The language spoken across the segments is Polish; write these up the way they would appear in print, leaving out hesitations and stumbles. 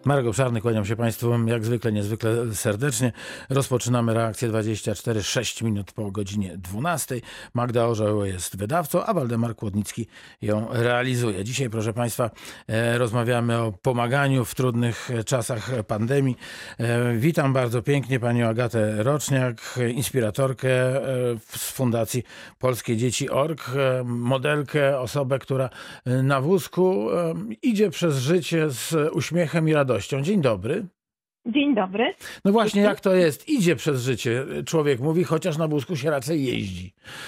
Marek Obszarny, kłaniam się Państwu jak zwykle, niezwykle serdecznie. Rozpoczynamy reakcję 24, 6 minut po godzinie 12. Magda Orzeł jest wydawcą, a Waldemar Kłodnicki ją realizuje. Dzisiaj, proszę Państwa, rozmawiamy o pomaganiu w trudnych czasach pandemii. Witam bardzo pięknie Panią Agatę Roczniak, inspiratorkę z Fundacji Polskie Dzieci.org, modelkę, osobę, która na wózku idzie przez życie z uśmiechem i radością. Dzień dobry. Dzień dobry. No właśnie, jak to jest? Idzie przez życie, człowiek mówi, chociaż na wózku się raczej jeździ.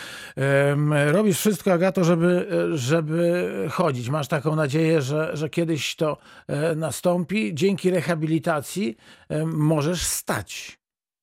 Robisz wszystko, Agato, żeby chodzić. Masz taką nadzieję, że kiedyś to nastąpi. Dzięki rehabilitacji możesz stać.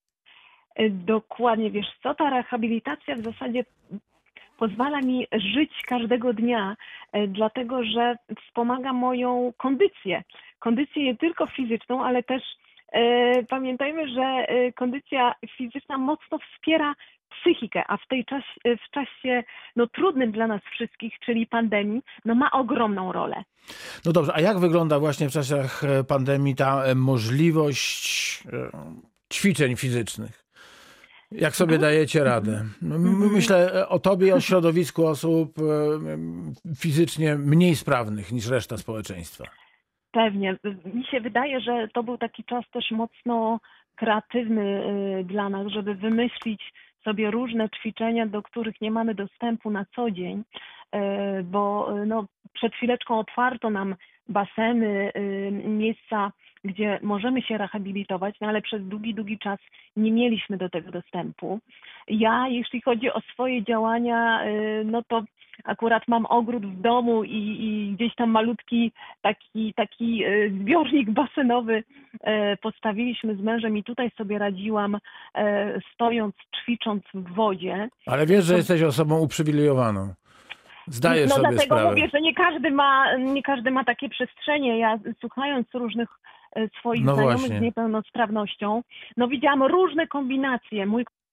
Dokładnie, wiesz co, ta rehabilitacja w zasadzie pozwala mi żyć każdego dnia, dlatego że wspomaga moją kondycję. Kondycję nie tylko fizyczną, ale też pamiętajmy, że kondycja fizyczna mocno wspiera psychikę, a w czasie trudnym dla nas wszystkich, czyli pandemii, ma ogromną rolę. No dobrze, a jak wygląda właśnie w czasach pandemii ta możliwość ćwiczeń fizycznych? Jak sobie dajecie radę? Myślę o tobie i o środowisku osób fizycznie mniej sprawnych niż reszta społeczeństwa. Pewnie. Mi się wydaje, że to był taki czas też mocno kreatywny dla nas, żeby wymyślić sobie różne ćwiczenia, do których nie mamy dostępu na co dzień, bo przed chwileczką otwarto nam baseny, miejsca, gdzie możemy się rehabilitować, ale przez długi czas nie mieliśmy do tego dostępu. Ja, jeśli chodzi o swoje działania, to akurat mam ogród w domu i gdzieś tam malutki taki zbiornik basenowy postawiliśmy z mężem i tutaj sobie radziłam, stojąc, ćwicząc w wodzie. Ale wiesz, że jesteś osobą uprzywilejowaną. Zdajesz sobie dlatego sprawę. mówię, że nie każdy ma takie przestrzenie. Ja słuchając różnych swoich znajomych z niepełnosprawnością, widziałam różne kombinacje.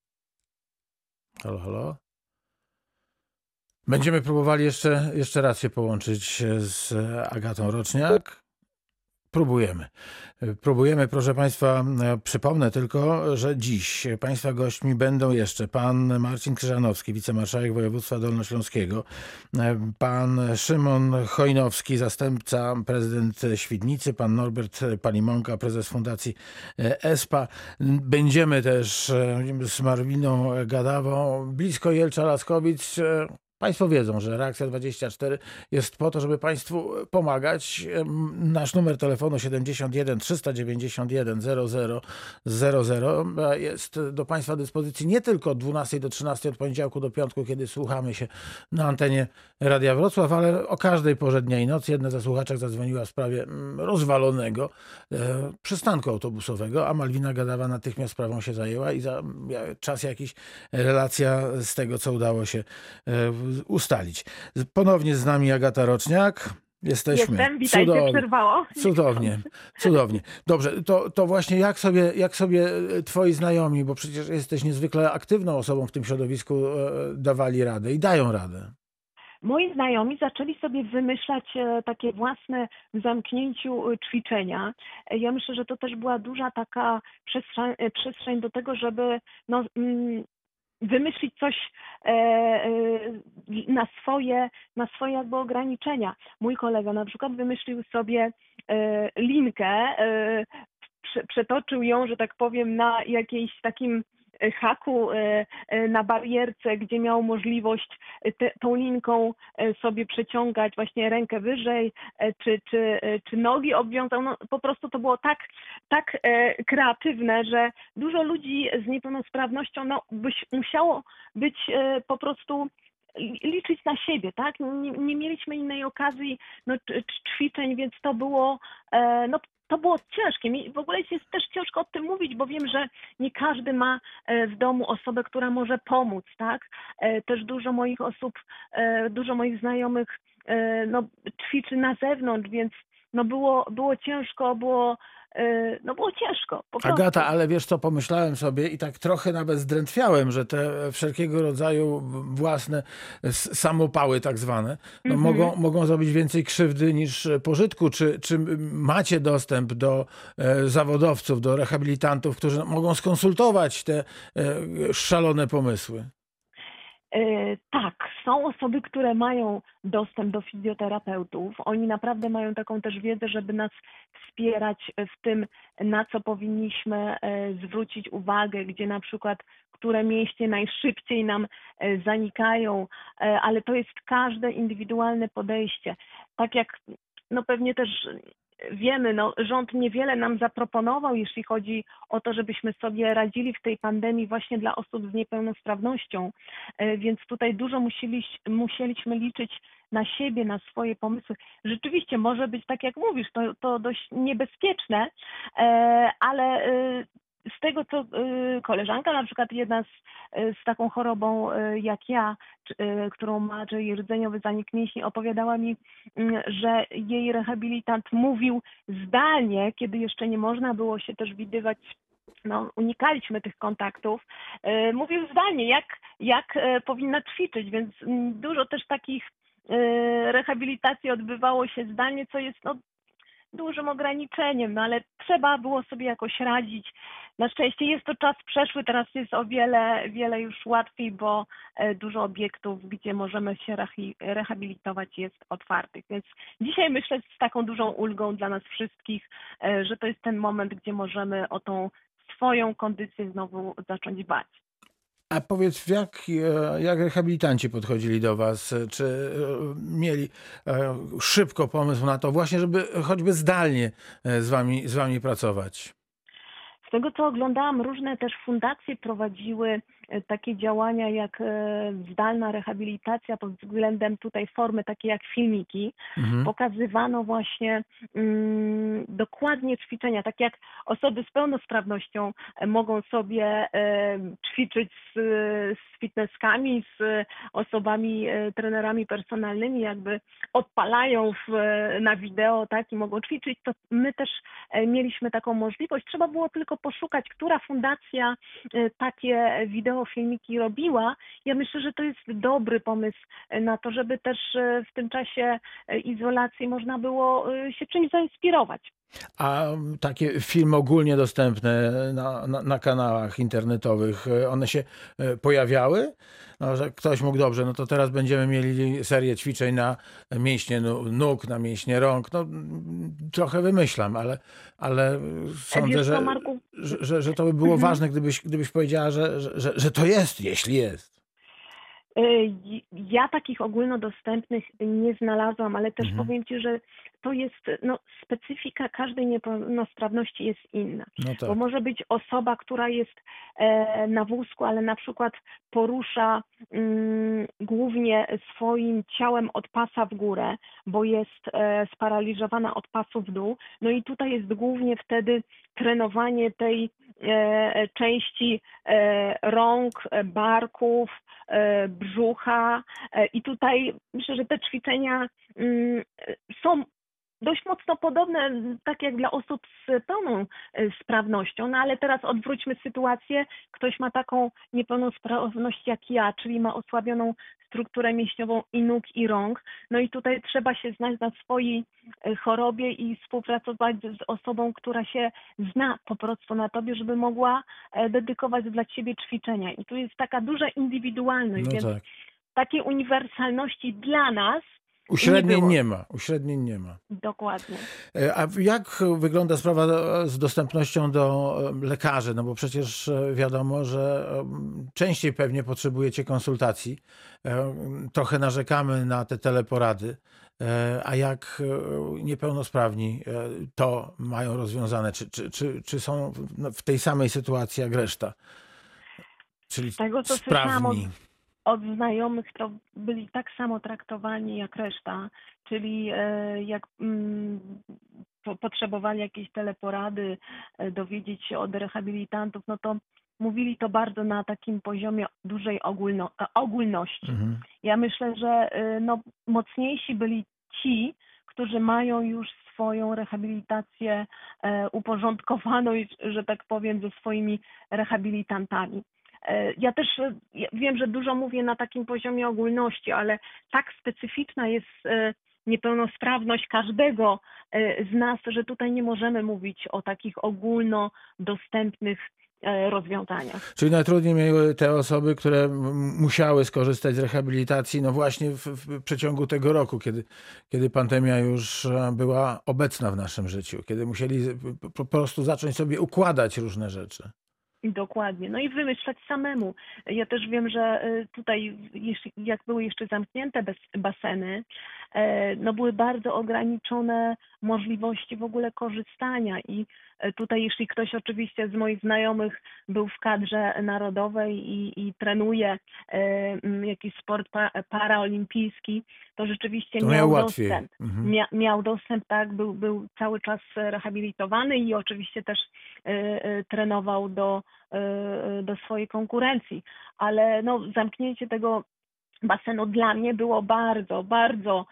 Halo? Będziemy próbowali jeszcze raz się połączyć z Agatą Roczniak. Próbujemy, proszę Państwa. Przypomnę tylko, że dziś Państwa gośćmi będą jeszcze pan Marcin Krzyżanowski, wicemarszałek województwa dolnośląskiego, pan Szymon Chojnowski, zastępca prezydent Świdnicy, pan Norbert Palimonka, prezes Fundacji ESPA. Będziemy też z Marwiną Gadawą, blisko Jelcza-Laskowic. Państwo wiedzą, że Reakcja 24 jest po to, żeby Państwu pomagać. Nasz numer telefonu 71 391 0000 jest do Państwa dyspozycji nie tylko od 12 do 13 od poniedziałku do piątku, kiedy słuchamy się na antenie Radia Wrocław, ale o każdej porze dnia i nocy. Jedna ze słuchaczek zadzwoniła w sprawie rozwalonego przystanku autobusowego, a Malwina Gadawa natychmiast sprawą się zajęła i za czas jakiś relacja z tego, co udało się ustalić. Ponownie z nami Agata Roczniak. Jesteśmy. Witajcie, przerwało. Cudownie. Dobrze, to właśnie jak sobie twoi znajomi, bo przecież jesteś niezwykle aktywną osobą w tym środowisku, dawali radę i dają radę? Moi znajomi zaczęli sobie wymyślać takie własne w zamknięciu ćwiczenia. Ja myślę, że to też była duża taka przestrzeń do tego, żeby wymyślić coś na swoje jakby ograniczenia. Mój kolega na przykład wymyślił sobie linkę, przetoczył ją, że tak powiem, na jakimś takim haku na barierce, gdzie miał możliwość tą linką sobie przeciągać właśnie rękę wyżej, czy nogi obwiązał. Po prostu to było tak kreatywne, że dużo ludzi z niepełnosprawnością musiało być po prostu liczyć na siebie, tak? Nie mieliśmy innej okazji ćwiczeń, więc to było ciężkie. W ogóle jest też ciężko o tym mówić, bo wiem, że nie każdy ma w domu osobę, która może pomóc, tak? Też dużo moich osób, dużo moich znajomych ćwiczy na zewnątrz, więc no było ciężko, było ciężko, po Agata, prostu. ale wiesz co, pomyślałem sobie i tak trochę nawet zdrętwiałem, że te wszelkiego rodzaju własne samopały tak zwane, no Mhm. mogą zrobić więcej krzywdy niż pożytku. Czy macie dostęp do zawodowców, do rehabilitantów, którzy mogą skonsultować te szalone pomysły? Tak, są osoby, które mają dostęp do fizjoterapeutów. Oni naprawdę mają taką też wiedzę, żeby nas wspierać w tym, na co powinniśmy zwrócić uwagę, gdzie na przykład które mięśnie najszybciej nam zanikają, ale to jest każde indywidualne podejście. Tak jak no pewnie też wiemy, no, rząd niewiele nam zaproponował, jeśli chodzi o to, żebyśmy sobie radzili w tej pandemii właśnie dla osób z niepełnosprawnością, więc tutaj dużo musieliśmy liczyć na siebie, na swoje pomysły. Rzeczywiście może być tak, jak mówisz, to dość niebezpieczne, ale z tego, co koleżanka, na przykład jedna z taką chorobą jak ja, którą ma, czyli rdzeniowy zanik mięśni, opowiadała mi, że jej rehabilitant mówił zdalnie, kiedy jeszcze nie można było się też widywać, no, unikaliśmy tych kontaktów, mówił zdalnie, jak powinna ćwiczyć, więc dużo też takich rehabilitacji odbywało się zdalnie, co jest no, dużym ograniczeniem, no ale trzeba było sobie jakoś radzić. Na szczęście jest to czas przeszły, teraz jest o wiele już łatwiej, bo dużo obiektów, gdzie możemy się rehabilitować, jest otwartych. Więc dzisiaj myślę z taką dużą ulgą dla nas wszystkich, że to jest ten moment, gdzie możemy o tą swoją kondycję znowu zacząć dbać. A powiedz, jak rehabilitanci podchodzili do was? Czy mieli szybko pomysł na to właśnie, żeby choćby zdalnie z wami pracować? Z tego, co oglądałam, różne też fundacje prowadziły takie działania jak zdalna rehabilitacja pod względem tutaj formy takie jak filmiki. Mhm. Pokazywano właśnie dokładnie ćwiczenia, tak jak osoby z pełnosprawnością mogą sobie ćwiczyć z fitnesskami, z osobami, trenerami personalnymi, jakby odpalają na wideo, tak, i mogą ćwiczyć, to my też mieliśmy taką możliwość. Trzeba było tylko poszukać, która fundacja takie wideofilmiki robiła. Ja myślę, że to jest dobry pomysł na to, żeby też w tym czasie izolacji można było się czymś zainspirować. A takie filmy ogólnie dostępne na kanałach internetowych, one się pojawiały? No, że ktoś mógł, dobrze, no to teraz będziemy mieli serię ćwiczeń na mięśnie nóg, na mięśnie rąk. No, trochę wymyślam, ale sądzę, Wiesz co, Marku? że to by było ważne, gdybyś powiedziała, że to jest, jeśli jest. Ja takich ogólnodostępnych nie znalazłam, ale też Mhm. powiem Ci, że to jest, no, specyfika każdej niepełnosprawności jest inna, No bo tak. może być osoba, która jest na wózku, ale na przykład porusza głównie swoim ciałem od pasa w górę, bo jest sparaliżowana od pasu w dół. No i tutaj jest głównie wtedy trenowanie tej części rąk, barków, brzucha i tutaj myślę, że te ćwiczenia są dość mocno podobne, tak jak dla osób z pełną sprawnością, no ale teraz odwróćmy sytuację, ktoś ma taką niepełnosprawność jak ja, czyli ma osłabioną strukturę mięśniową i nóg i rąk, no i tutaj trzeba się znać na swojej chorobie i współpracować z osobą, która się zna po prostu na tobie, żeby mogła dedykować dla ciebie ćwiczenia. I tu jest taka duża indywidualność, No więc tak. takiej uniwersalności dla nas nie Uśrednień było. nie ma. Uśrednień nie ma. Dokładnie. A jak wygląda sprawa z dostępnością do lekarzy? No bo przecież wiadomo, że częściej pewnie potrzebujecie konsultacji. Trochę narzekamy na te teleporady. A jak niepełnosprawni to mają rozwiązane? Czy są w tej samej sytuacji jak reszta? Czyli Z tego, co słyszałam sprawni? od znajomych, to byli tak samo traktowani jak reszta, czyli jak potrzebowali jakiejś teleporady, dowiedzieć się od rehabilitantów, no to mówili to bardzo na takim poziomie dużej ogólności. Mhm. Ja myślę, że no, mocniejsi byli ci, którzy mają już swoją rehabilitację uporządkowaną, że tak powiem, ze swoimi rehabilitantami. Ja też wiem, że dużo mówię na takim poziomie ogólności, ale tak specyficzna jest niepełnosprawność każdego z nas, że tutaj nie możemy mówić o takich ogólnodostępnych rozwiązaniach. Czyli najtrudniej miały te osoby, które musiały skorzystać z rehabilitacji, no właśnie w przeciągu tego roku, kiedy pandemia już była obecna w naszym życiu, kiedy musieli po prostu zacząć sobie układać różne rzeczy. Dokładnie. No i wymyślać samemu. Ja też wiem, że tutaj, jak były jeszcze zamknięte baseny, no były bardzo ograniczone możliwości w ogóle korzystania i tutaj, jeśli ktoś oczywiście z moich znajomych był w kadrze narodowej i trenuje jakiś sport paraolimpijski, to rzeczywiście To miał łatwiej. dostęp. Miał dostęp, tak, był cały czas rehabilitowany i oczywiście też trenował do swojej konkurencji. Ale no, zamknięcie tego basenu dla mnie było bardzo, bardzo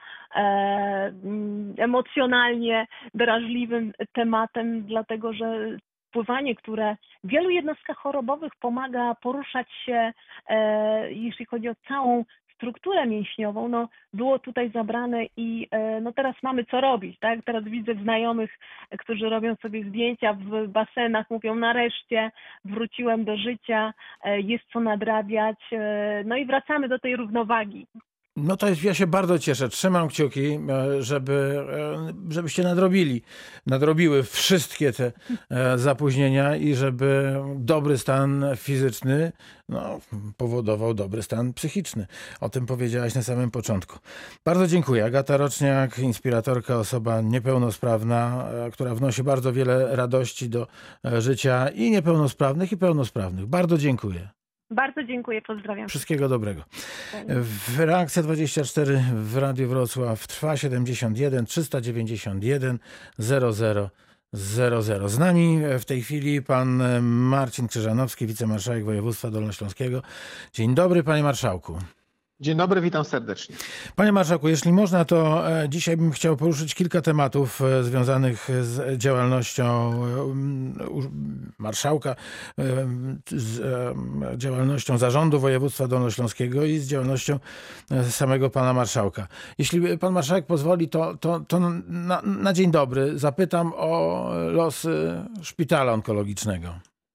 emocjonalnie drażliwym tematem, dlatego że pływanie, które w wielu jednostkach chorobowych pomaga poruszać się, jeśli chodzi o całą strukturę mięśniową, no było tutaj zabrane i no teraz mamy co robić, tak? Teraz widzę znajomych, którzy robią sobie zdjęcia w basenach, mówią nareszcie wróciłem do życia, jest co nadrabiać, no i wracamy do tej równowagi. No to jest, ja się bardzo cieszę. Trzymam kciuki, żebyście nadrobiły wszystkie te zapóźnienia i żeby dobry stan fizyczny powodował dobry stan psychiczny. O tym powiedziałaś na samym początku. Bardzo dziękuję. Agata Roczniak, inspiratorka, osoba niepełnosprawna, która wnosi bardzo wiele radości do życia i niepełnosprawnych, i pełnosprawnych. Bardzo dziękuję. Bardzo dziękuję, pozdrawiam. Wszystkiego dobrego. Reakcja 24 w Radiu Wrocław trwa. 71 391 00 00. Z nami w tej chwili pan Marcin Krzyżanowski, wicemarszałek województwa dolnośląskiego. Dzień dobry, panie marszałku. Dzień dobry, witam serdecznie. Panie marszałku, jeśli można, to dzisiaj bym chciał poruszyć kilka tematów związanych z działalnością marszałka, z działalnością Zarządu Województwa Dolnośląskiego i z działalnością samego pana marszałka. Jeśli pan marszałek pozwoli, to na dzień dobry zapytam o losy szpitala onkologicznego.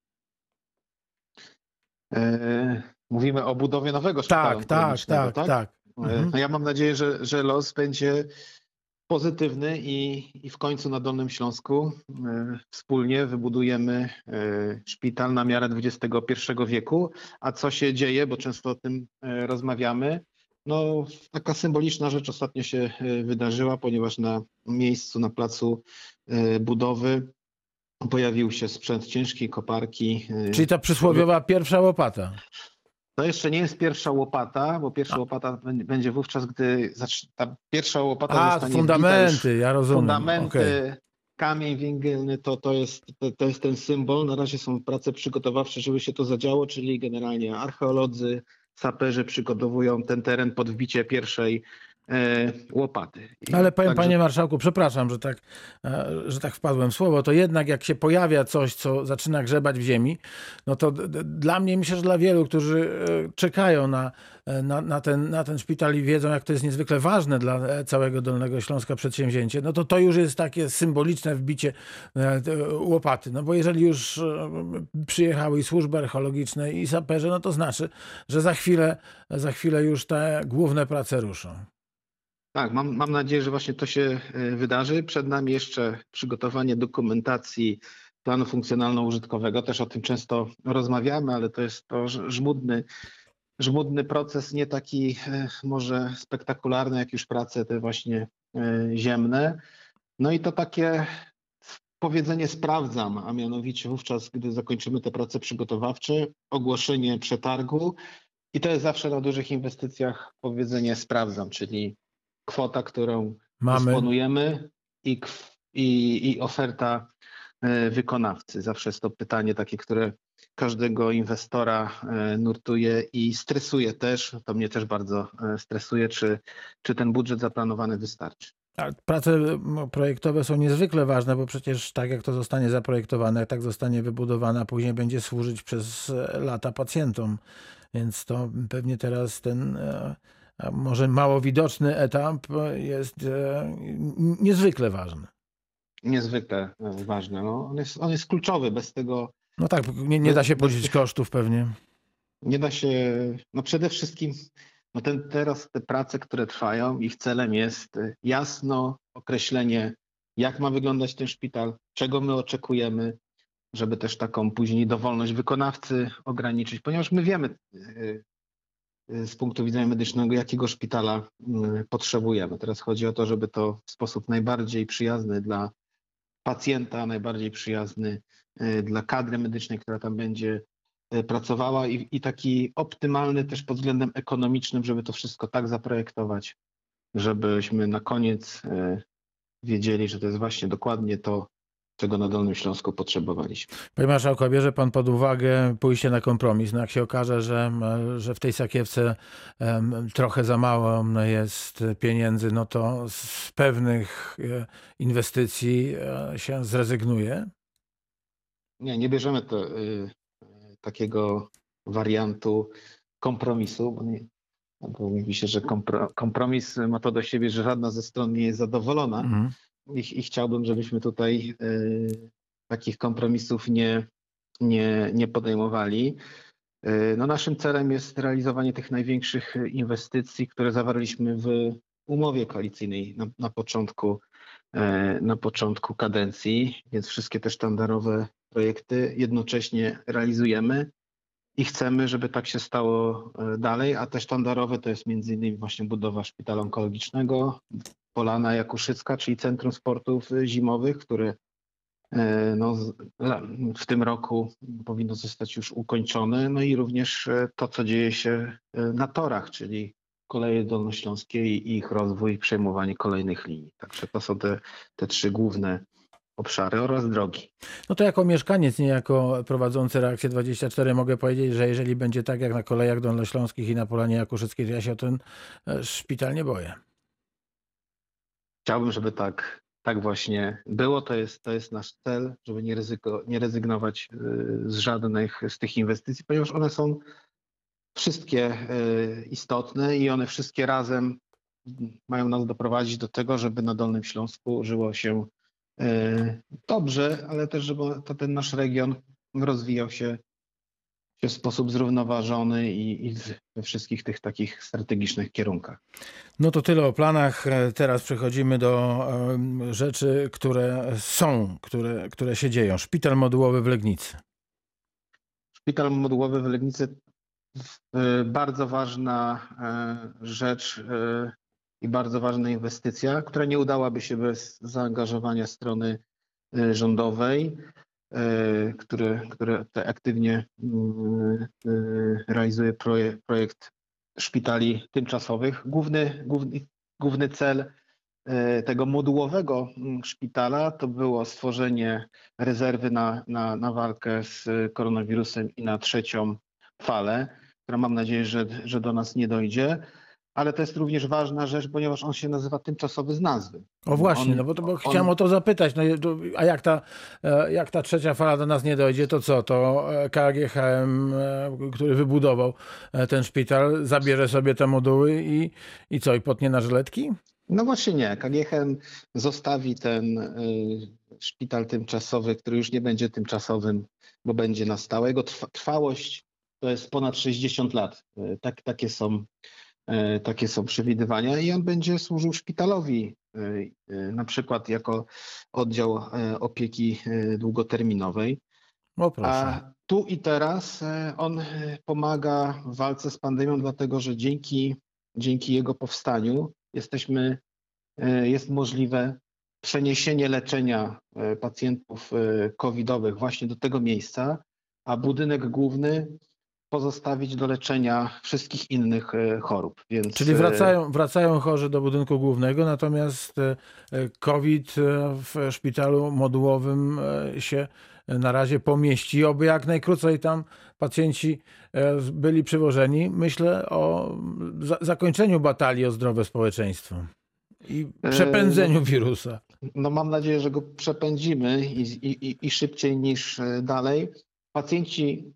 Mówimy o budowie nowego szpitala onkologicznego, tak? Tak. No ja mam nadzieję, że los będzie pozytywny i w końcu na Dolnym Śląsku wspólnie wybudujemy szpital na miarę XXI wieku. A co się dzieje, bo często o tym rozmawiamy, no taka symboliczna rzecz ostatnio się wydarzyła, ponieważ na miejscu, na placu budowy pojawił się sprzęt ciężkiej koparki. Czyli ta przysłowiowa pierwsza łopata. To jeszcze nie jest pierwsza łopata, bo pierwsza łopata będzie wówczas, gdy ta pierwsza łopata zostanie fundamenty, ja rozumiem. Fundamenty, okay. Kamień węgielny, to jest ten symbol. Na razie są prace przygotowawcze, żeby się to zadziało, czyli generalnie archeolodzy, saperzy przygotowują ten teren pod wbicie pierwszej łopaty. Ale panie marszałku, przepraszam, że tak wpadłem w słowo, to jednak jak się pojawia coś, co zaczyna grzebać w ziemi, no to dla mnie, myślę, że dla wielu, którzy czekają na ten szpital i wiedzą, jak to jest niezwykle ważne dla całego Dolnego Śląska przedsięwzięcie, no to już jest takie symboliczne wbicie łopaty. No bo jeżeli już przyjechały i służby archeologiczne i saperzy, no to znaczy, że za chwilę już te główne prace ruszą. Tak, mam nadzieję, że właśnie to się wydarzy. Przed nami jeszcze przygotowanie dokumentacji planu funkcjonalno-użytkowego. Też o tym często rozmawiamy, ale to jest żmudny proces, nie taki może spektakularny, jak już prace te właśnie ziemne. No i to takie powiedzenie sprawdzam, a mianowicie wówczas, gdy zakończymy te prace przygotowawcze, ogłoszenie przetargu i to jest zawsze na dużych inwestycjach powiedzenie sprawdzam, czyli kwota, którą dysponujemy i oferta wykonawcy. Zawsze jest to pytanie takie, które każdego inwestora nurtuje i stresuje też. To mnie też bardzo stresuje, czy ten budżet zaplanowany wystarczy. A prace projektowe są niezwykle ważne, bo przecież tak jak to zostanie zaprojektowane, tak zostanie wybudowane, a później będzie służyć przez lata pacjentom. Więc to pewnie teraz ten może mało widoczny etap jest niezwykle ważny. Niezwykle ważne. No, on jest kluczowy. Bez tego No tak, nie da się bez policzyć tych kosztów pewnie. nie da się. No przede wszystkim no teraz te prace, które trwają, ich celem jest jasno określenie, jak ma wyglądać ten szpital, czego my oczekujemy, żeby też taką później dowolność wykonawcy ograniczyć, ponieważ my wiemy z punktu widzenia medycznego, jakiego szpitala potrzebujemy. Teraz chodzi o to, żeby to w sposób najbardziej przyjazny dla pacjenta, najbardziej przyjazny dla kadry medycznej, która tam będzie pracowała i taki optymalny też pod względem ekonomicznym, żeby to wszystko tak zaprojektować, żebyśmy na koniec wiedzieli, że to jest właśnie dokładnie to, czego na Dolnym Śląsku potrzebowaliśmy. Panie marszałku, a bierze pan pod uwagę pójście na kompromis? No jak się okaże, że w tej sakiewce trochę za mało jest pieniędzy, no to z pewnych inwestycji się zrezygnuje? Nie bierzemy takiego wariantu kompromisu, bo mówi się, że kompromis ma to do siebie, że żadna ze stron nie jest zadowolona. Mhm. I chciałbym, żebyśmy tutaj takich kompromisów nie podejmowali. No naszym celem jest realizowanie tych największych inwestycji, które zawarliśmy w umowie koalicyjnej na początku kadencji, więc wszystkie te sztandarowe projekty jednocześnie realizujemy i chcemy, żeby tak się stało dalej, a te sztandarowe to jest między innymi właśnie budowa szpitala onkologicznego, Polana Jakuszycka, czyli Centrum Sportów Zimowych, które no, w tym roku powinno zostać już ukończone. No i również to, co dzieje się na torach, czyli koleje dolnośląskie i ich rozwój, przejmowanie kolejnych linii. Także to są te trzy główne obszary oraz drogi. No to jako mieszkaniec, nie jako prowadzący Reakcję 24 mogę powiedzieć, że jeżeli będzie tak jak na kolejach dolnośląskich i na Polanie Jakuszyckiej, to ja się o ten szpital nie boję. Chciałbym, żeby tak właśnie było. To jest nasz cel, żeby nie rezygnować z żadnych z tych inwestycji, ponieważ one są wszystkie istotne i one wszystkie razem mają nas doprowadzić do tego, żeby na Dolnym Śląsku żyło się dobrze, ale też żeby ten nasz region rozwijał się w sposób zrównoważony i we wszystkich tych takich strategicznych kierunkach. No to tyle o planach. Teraz przechodzimy do rzeczy, które są, które się dzieją. Szpital modułowy w Legnicy. Szpital modułowy w Legnicy bardzo ważna rzecz i bardzo ważna inwestycja, która nie udałaby się bez zaangażowania strony rządowej, które aktywnie realizuje projekt szpitali tymczasowych. Główny cel tego modułowego szpitala to było stworzenie rezerwy na walkę z koronawirusem i na trzecią falę, która mam nadzieję, że do nas nie dojdzie. Ale to jest również ważna rzecz, ponieważ on się nazywa tymczasowy z nazwy. O właśnie, bo chciałem o to zapytać. No, a jak ta trzecia fala do nas nie dojdzie, to co? To KGHM, który wybudował ten szpital, zabierze sobie te moduły i co? I potnie na żyletki? No właśnie nie. KGHM zostawi ten szpital tymczasowy, który już nie będzie tymczasowym, bo będzie na stałe. Jego trwałość to jest ponad 60 lat. Takie są przewidywania i on będzie służył szpitalowi, na przykład jako oddział opieki długoterminowej. O proszę. A tu i teraz on pomaga w walce z pandemią, dlatego że dzięki jego powstaniu jest możliwe przeniesienie leczenia pacjentów covidowych właśnie do tego miejsca, a budynek główny pozostawić do leczenia wszystkich innych chorób. Więc... Czyli wracają chorzy do budynku głównego, natomiast COVID w szpitalu modułowym się na razie pomieści, oby jak najkrócej tam pacjenci byli przywożeni. Myślę o zakończeniu batalii o zdrowe społeczeństwo. I przepędzeniu wirusa. No mam nadzieję, że go przepędzimy i szybciej niż dalej. Pacjenci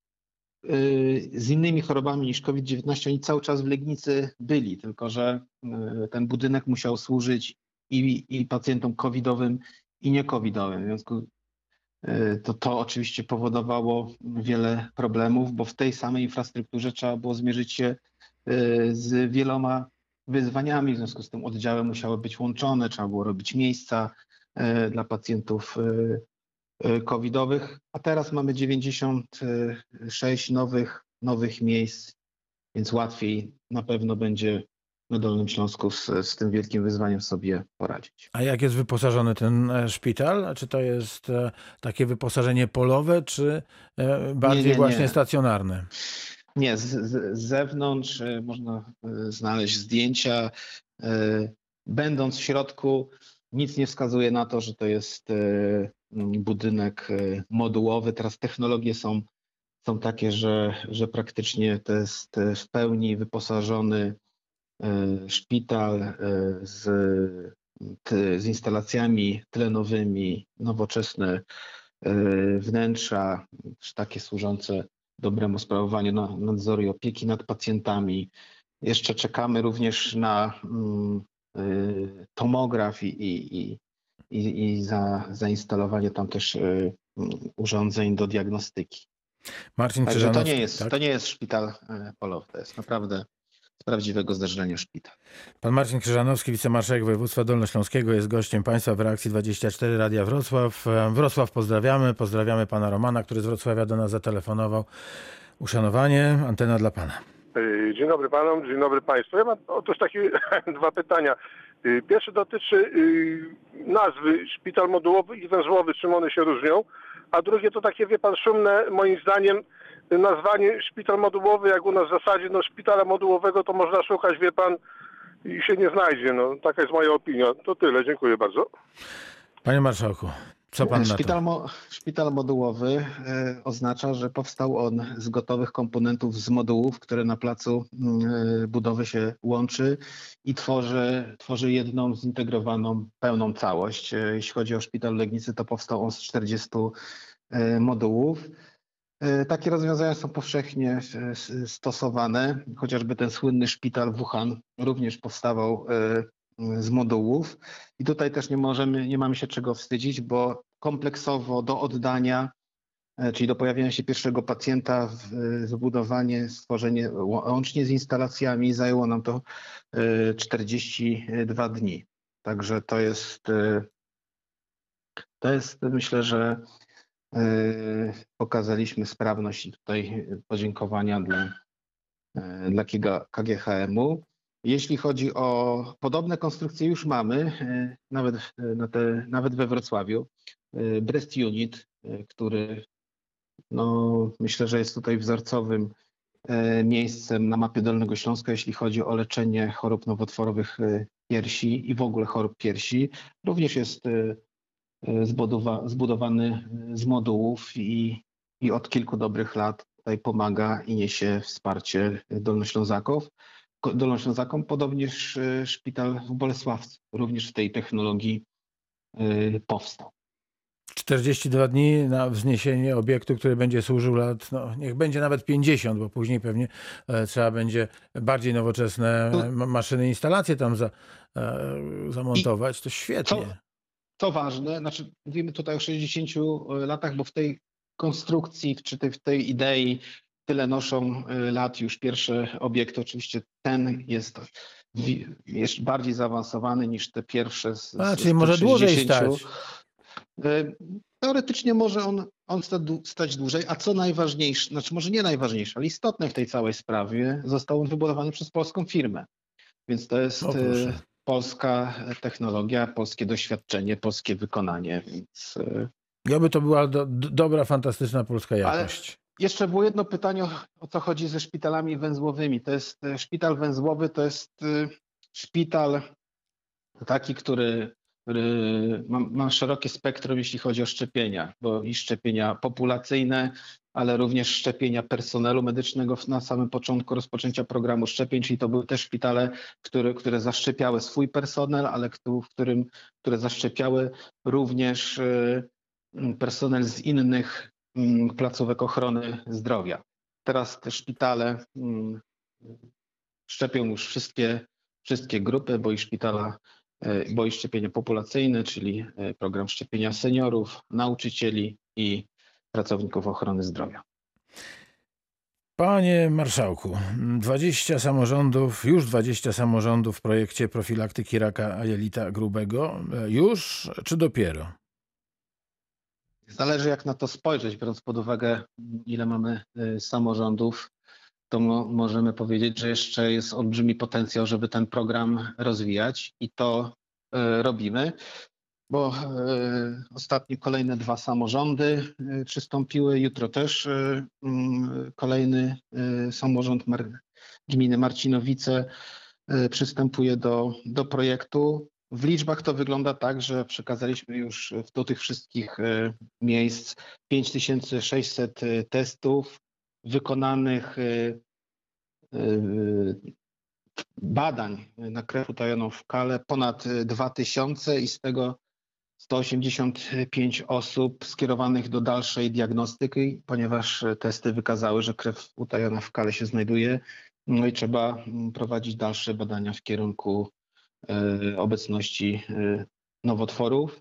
z innymi chorobami niż COVID-19, oni cały czas w Legnicy byli, tylko że ten budynek musiał służyć i pacjentom covidowym, i nie-covidowym. W związku to oczywiście powodowało wiele problemów, bo w tej samej infrastrukturze trzeba było zmierzyć się z wieloma wyzwaniami. W związku z tym oddziały musiały być łączone, trzeba było robić miejsca dla pacjentów covidowych, a teraz mamy 96 nowych miejsc, więc łatwiej na pewno będzie na Dolnym Śląsku z tym wielkim wyzwaniem sobie poradzić. A jak jest wyposażony ten szpital? Czy to jest takie wyposażenie polowe, czy bardziej właśnie stacjonarne? Nie, z zewnątrz można znaleźć zdjęcia. Będąc w środku, nic nie wskazuje na to, że to jest budynek modułowy. Teraz technologie są takie, że praktycznie to jest w pełni wyposażony szpital z instalacjami tlenowymi, nowoczesne wnętrza, takie służące dobremu sprawowaniu nadzoru i opieki nad pacjentami. Jeszcze czekamy również na tomograf i zainstalowanie tam też urządzeń do diagnostyki. Marcin Także Krzyżanowski, to nie jest szpital polowy, to jest naprawdę z prawdziwego zdarzenia szpital. Pan Marcin Krzyżanowski, wicemarszałek województwa dolnośląskiego, jest gościem państwa w Reakcji 24 Radia Wrocław. Wrocław pozdrawiamy. Pozdrawiamy pana Romana, który z Wrocławia do nas zatelefonował. Uszanowanie, antena dla pana. Dzień dobry panom, dzień dobry państwu. Ja mam otóż takie dwa pytania. Pierwsze dotyczy nazwy szpital modułowy i węzłowy, czym one się różnią. A drugie to takie, wie pan, szumne moim zdaniem nazwanie szpital modułowy, jak u nas w zasadzie szpitala modułowego to można szukać, wie pan, i się nie znajdzie. Taka jest moja opinia. To tyle, dziękuję bardzo. Panie marszałku, co pan na to? Szpital modułowy oznacza, że powstał on z gotowych komponentów z modułów, które na placu budowy się łączy i tworzy jedną zintegrowaną, pełną całość. Jeśli chodzi o szpital w Legnicy, to powstał on z 40 modułów. Takie rozwiązania są powszechnie stosowane, chociażby ten słynny szpital Wuhan również powstawał z modułów i tutaj też nie mamy się czego wstydzić, bo kompleksowo do oddania, czyli do pojawienia się pierwszego pacjenta, zbudowanie, stworzenie łącznie z instalacjami zajęło nam to 42 dni. Także to jest myślę, że pokazaliśmy sprawność i tutaj podziękowania dla KGHM-u. Jeśli chodzi o podobne konstrukcje, już mamy, nawet we Wrocławiu, Breast Unit, który myślę, że jest tutaj wzorcowym miejscem na mapie Dolnego Śląska, jeśli chodzi o leczenie chorób nowotworowych piersi i w ogóle chorób piersi. Również jest zbudowany z modułów i od kilku dobrych lat tutaj pomaga i niesie wsparcie Dolnoślązakom, podobnież szpital w Bolesławcu również w tej technologii powstał. 42 dni na wzniesienie obiektu, który będzie służył lat, niech będzie nawet 50, bo później pewnie trzeba będzie bardziej nowoczesne maszyny, instalacje tam zamontować. To świetnie. Co ważne, mówimy tutaj o 60 latach, bo w tej konstrukcji, czy w tej idei tyle noszą lat już pierwsze obiekty. Oczywiście ten jest bardziej zaawansowany niż te pierwsze czyli może dłużej stać. Teoretycznie może on stać dłużej, a co najważniejsze, może nie najważniejsze, ale istotne w tej całej sprawie, został on wybudowany przez polską firmę. Więc to jest polska technologia, polskie doświadczenie, polskie wykonanie. Więc Jakby to była dobra, fantastyczna polska jakość. Ale jeszcze było jedno pytanie, o co chodzi ze szpitalami węzłowymi. To jest szpital węzłowy, to jest szpital taki, który ma szerokie spektrum, jeśli chodzi o szczepienia, bo i szczepienia populacyjne, ale również szczepienia personelu medycznego na samym początku rozpoczęcia programu szczepień, czyli to były też szpitale, które zaszczepiały swój personel, ale które zaszczepiały również personel z innych placówek ochrony zdrowia. Teraz te szpitale szczepią już wszystkie grupy, bo i szczepienie populacyjne, czyli program szczepienia seniorów, nauczycieli i pracowników ochrony zdrowia. Panie marszałku, 20 samorządów, już 20 samorządów w projekcie profilaktyki raka jelita grubego. Już czy dopiero? Zależy jak na to spojrzeć, biorąc pod uwagę ile mamy samorządów, to możemy powiedzieć, że jeszcze jest olbrzymi potencjał, żeby ten program rozwijać i to robimy, bo ostatnio kolejne 2 samorządy przystąpiły, jutro też kolejny samorząd gminy Marcinowice przystępuje do projektu. W liczbach to wygląda tak, że przekazaliśmy już do tych wszystkich miejsc 5600 testów, wykonanych badań na krew utajoną w kale ponad 2000 i z tego 185 osób skierowanych do dalszej diagnostyki, ponieważ testy wykazały, że krew utajona w kale się znajduje, no i trzeba prowadzić dalsze badania w kierunku obecności nowotworów.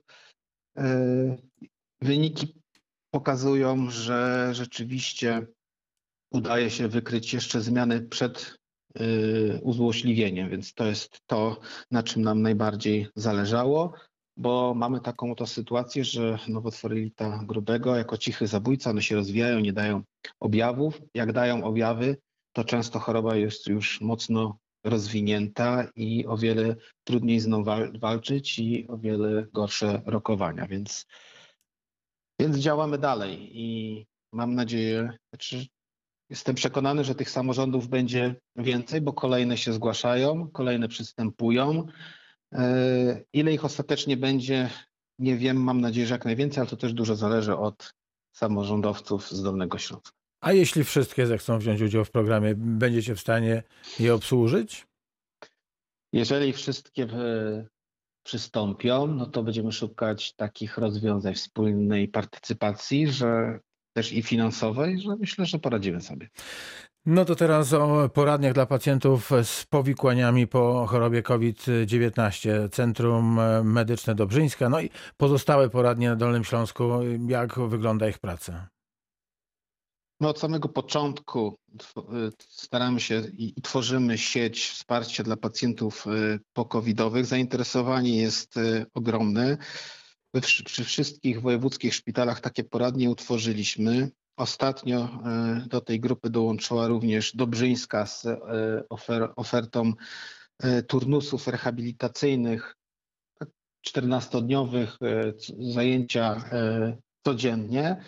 Wyniki pokazują, że rzeczywiście udaje się wykryć jeszcze zmiany przed uzłośliwieniem, więc to jest to, na czym nam najbardziej zależało, bo mamy taką oto sytuację, że nowotwory jelita grubego jako cichy zabójca, one się rozwijają, nie dają objawów. Jak dają objawy, to często choroba jest już mocno rozwinięta i o wiele trudniej z nią walczyć i o wiele gorsze rokowania, więc działamy dalej i mam nadzieję, jestem przekonany, że tych samorządów będzie więcej, bo kolejne się zgłaszają, kolejne przystępują. Ile ich ostatecznie będzie, nie wiem, mam nadzieję, że jak najwięcej, ale to też dużo zależy od samorządowców z Dolnego Śląska. A jeśli wszystkie zechcą wziąć udział w programie, będziecie w stanie je obsłużyć? Jeżeli wszystkie przystąpią, no to będziemy szukać takich rozwiązań wspólnej partycypacji, że też i finansowej, że myślę, że poradzimy sobie. No to teraz o poradniach dla pacjentów z powikłaniami po chorobie COVID-19. Centrum Medyczne Dobrzyńska, no i pozostałe poradnie na Dolnym Śląsku. Jak wygląda ich praca? No od samego początku staramy się i tworzymy sieć wsparcia dla pacjentów po-covidowych. Zainteresowanie jest ogromne. Przy wszystkich wojewódzkich szpitalach takie poradnie utworzyliśmy. Ostatnio do tej grupy dołączyła również Dobrzyńska z ofertą turnusów rehabilitacyjnych, 14-dniowych, zajęcia codziennie.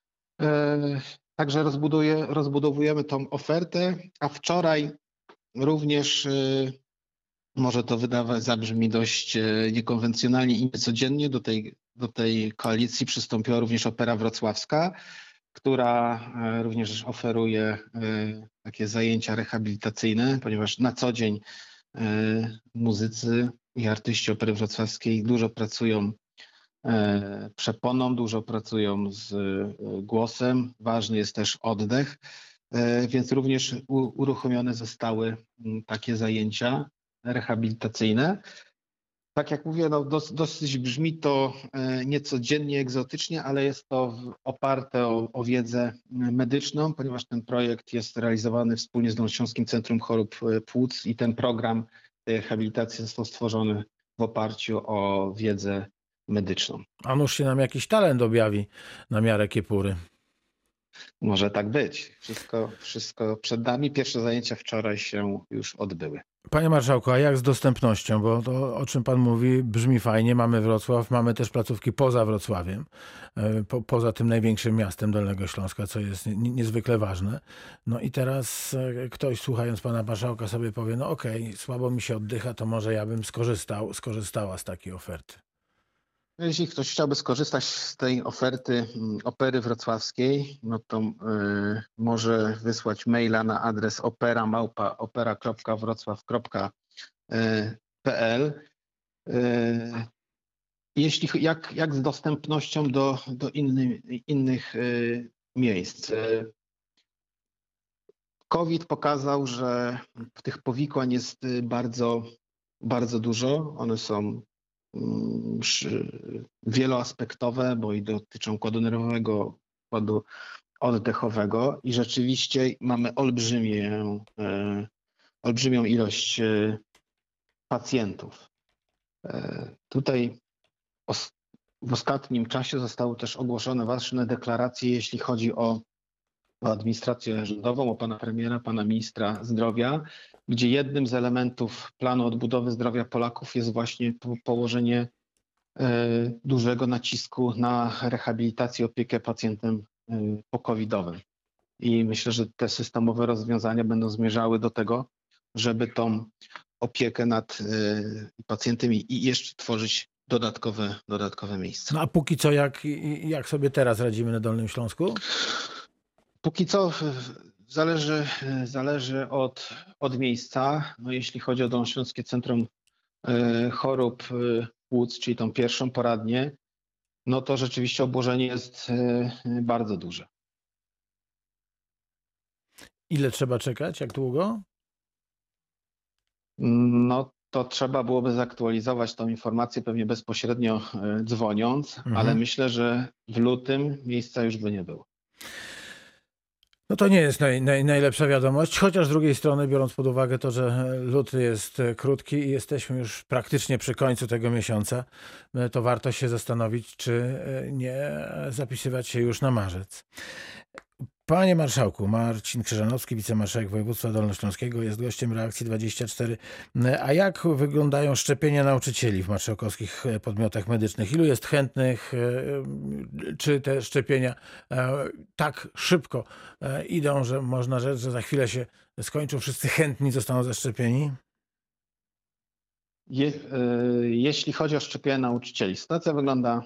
Także rozbudowujemy tą ofertę, a wczoraj również, może to zabrzmi dość niekonwencjonalnie i niecodziennie, do tej koalicji przystąpiła również Opera Wrocławska, która również oferuje takie zajęcia rehabilitacyjne, ponieważ na co dzień muzycy i artyści Opery Wrocławskiej dużo pracują przeponą, dużo pracują z głosem, ważny jest też oddech, więc również uruchomione zostały takie zajęcia rehabilitacyjne. Tak jak mówię, no dosyć brzmi to niecodziennie, egzotycznie, ale jest to oparte o wiedzę medyczną, ponieważ ten projekt jest realizowany wspólnie z Dolnośląskim Centrum Chorób Płuc i ten program tej rehabilitacji został stworzony w oparciu o wiedzę medyczną. A nuż się nam jakiś talent objawi na miarę kiepury. Może tak być. Wszystko przed nami. Pierwsze zajęcia wczoraj się już odbyły. Panie marszałku, a jak z dostępnością? Bo to, o czym pan mówi, brzmi fajnie. Mamy Wrocław, mamy też placówki poza Wrocławiem, poza tym największym miastem Dolnego Śląska, co jest niezwykle ważne. No i teraz ktoś, słuchając pana marszałka, sobie powie, no okej, słabo mi się oddycha, to może ja bym skorzystała z takiej oferty. Jeśli ktoś chciałby skorzystać z tej oferty Opery Wrocławskiej, no to może wysłać maila na adres opera@wrocław.pl. Jak z dostępnością do innych miejsc? COVID pokazał, że tych powikłań jest bardzo, bardzo dużo. One są wieloaspektowe, bo i dotyczą układu nerwowego, układu oddechowego i rzeczywiście mamy olbrzymią ilość pacjentów. Tutaj w ostatnim czasie zostały też ogłoszone ważne deklaracje, jeśli chodzi o administrację rządową, o pana premiera, pana ministra zdrowia, gdzie jednym z elementów planu odbudowy zdrowia Polaków jest właśnie położenie dużego nacisku na rehabilitację, opiekę pacjentem po-covidowym. I myślę, że te systemowe rozwiązania będą zmierzały do tego, żeby tą opiekę nad pacjentem i jeszcze tworzyć dodatkowe miejsca. No a póki co, jak sobie teraz radzimy na Dolnym Śląsku? Póki co zależy od miejsca. No, jeśli chodzi o Dolnośląskie Centrum Chorób Płuc, czyli tą pierwszą poradnię, no to rzeczywiście obłożenie jest bardzo duże. Ile trzeba czekać? Jak długo? No to trzeba byłoby zaktualizować tą informację pewnie bezpośrednio dzwoniąc, ale myślę, że w lutym miejsca już by nie było. No to nie jest najlepsza wiadomość, chociaż z drugiej strony, biorąc pod uwagę to, że luty jest krótki i jesteśmy już praktycznie przy końcu tego miesiąca, to warto się zastanowić, czy nie zapisywać się już na marzec. Panie marszałku, Marcin Krzyżanowski, wicemarszałek województwa dolnośląskiego, jest gościem Reakcji 24. A jak wyglądają szczepienia nauczycieli w marszałkowskich podmiotach medycznych? Ilu jest chętnych? Czy te szczepienia tak szybko idą, że można rzec, że za chwilę się skończą, wszyscy chętni zostaną zaszczepieni? Jeśli chodzi o szczepienia nauczycieli, sytuacja wygląda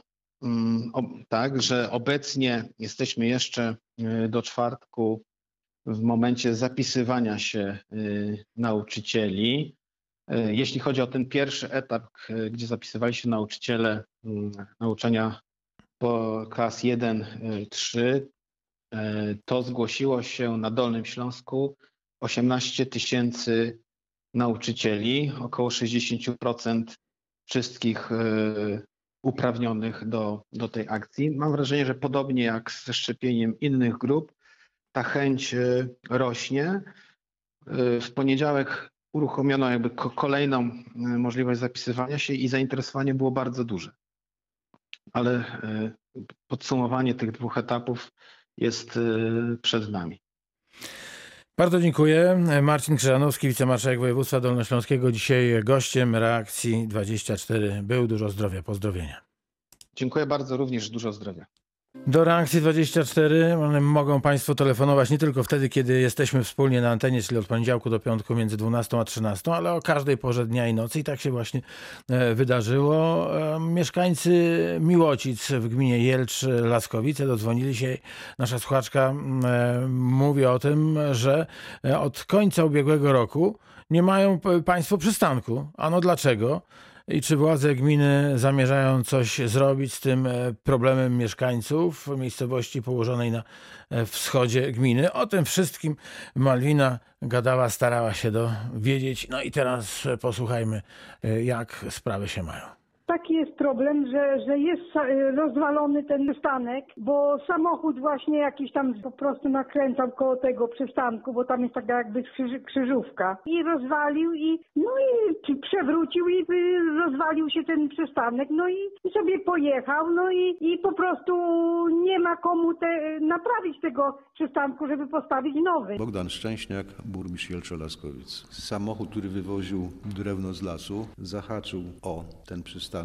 tak, że obecnie jesteśmy jeszcze do czwartku w momencie zapisywania się nauczycieli. Jeśli chodzi o ten pierwszy etap, gdzie zapisywali się nauczyciele nauczania po klas 1-3, to zgłosiło się na Dolnym Śląsku 18 000 nauczycieli, około 60% wszystkich uprawnionych do tej akcji. Mam wrażenie, że podobnie jak ze szczepieniem innych grup, ta chęć rośnie. W poniedziałek uruchomiono jakby kolejną możliwość zapisywania się i zainteresowanie było bardzo duże. Ale podsumowanie tych dwóch etapów jest przed nami. Bardzo dziękuję. Marcin Krzyżanowski, wicemarszałek województwa dolnośląskiego, dzisiaj gościem Reakcji 24 był. Dużo zdrowia. Pozdrowienia. Dziękuję bardzo, również dużo zdrowia. Do Reakcji 24 mogą Państwo telefonować nie tylko wtedy, kiedy jesteśmy wspólnie na antenie, czyli od poniedziałku do piątku między 12 a 13, ale o każdej porze dnia i nocy i tak się właśnie wydarzyło. Mieszkańcy Miłocic w gminie Jelcz-Laskowice dodzwonili się. Nasza słuchaczka mówi o tym, że od końca ubiegłego roku nie mają Państwo przystanku. Ano dlaczego? I czy władze gminy zamierzają coś zrobić z tym problemem mieszkańców miejscowości położonej na wschodzie gminy? O tym wszystkim Malwina gadała, starała się dowiedzieć. No i teraz posłuchajmy, jak sprawy się mają. Taki jest problem, że jest rozwalony ten przystanek, bo samochód właśnie jakiś tam po prostu nakręcał koło tego przystanku, bo tam jest taka jakby krzyżówka. I rozwalił i przewrócił i rozwalił się ten przystanek, no i sobie pojechał, no i po prostu nie ma komu naprawić tego przystanku, żeby postawić nowy. Bogdan Szczęśniak, burmistrz Jelcza-Laskowic. Samochód, który wywoził drewno z lasu, zahaczył o ten przystanek i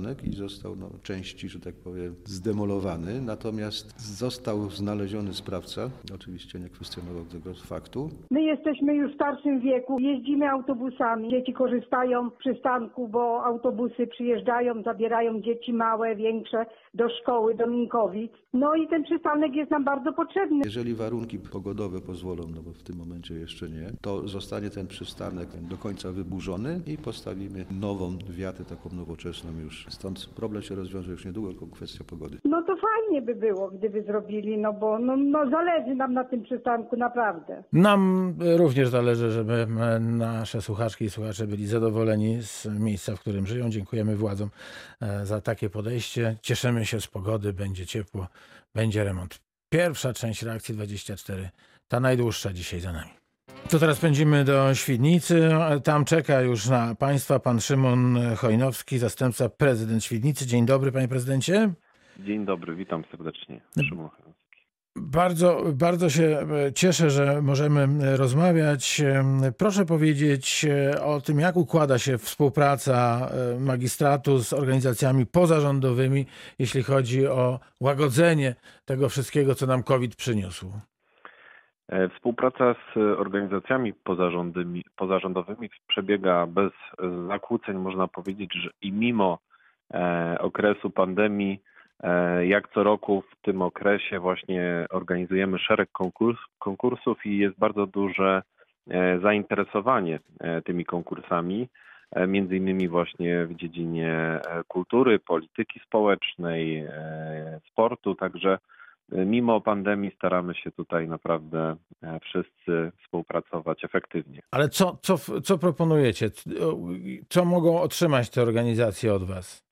został części, że tak powiem, zdemolowany, natomiast został znaleziony sprawca, oczywiście nie kwestionował tego faktu. My jesteśmy już w starszym wieku, jeździmy autobusami, dzieci korzystają z przystanku, bo autobusy przyjeżdżają, zabierają dzieci małe, większe do szkoły, do Minkowic. No i ten przystanek jest nam bardzo potrzebny. Jeżeli warunki pogodowe pozwolą, no bo w tym momencie jeszcze nie, to zostanie ten przystanek do końca wyburzony i postawimy nową wiatę, taką nowoczesną już. Stąd problem się rozwiąże już niedługo, tylko kwestia pogody. No to fajnie by było, gdyby zrobili, no bo zależy nam na tym przystanku naprawdę. Nam również zależy, żeby nasze słuchaczki i słuchacze byli zadowoleni z miejsca, w którym żyją. Dziękujemy władzom za takie podejście. Cieszymy się z pogody, będzie ciepło, będzie remont. Pierwsza część Reakcji 24, ta najdłuższa dzisiaj za nami. To teraz pędzimy do Świdnicy. Tam czeka już na Państwa pan Szymon Chojnowski, zastępca prezydent Świdnicy. Dzień dobry, panie prezydencie. Dzień dobry, witam serdecznie. Szymon Chojnowski. Bardzo się cieszę, że możemy rozmawiać. Proszę powiedzieć o tym, jak układa się współpraca magistratu z organizacjami pozarządowymi, jeśli chodzi o łagodzenie tego wszystkiego, co nam COVID przyniósł. Współpraca z organizacjami pozarządowymi przebiega bez zakłóceń, można powiedzieć, że i mimo okresu pandemii, jak co roku w tym okresie właśnie organizujemy szereg konkursów i jest bardzo duże zainteresowanie tymi konkursami, między innymi właśnie w dziedzinie kultury, polityki społecznej, sportu, także mimo pandemii staramy się tutaj naprawdę wszyscy współpracować efektywnie. Ale co proponujecie? Co mogą otrzymać te organizacje od was?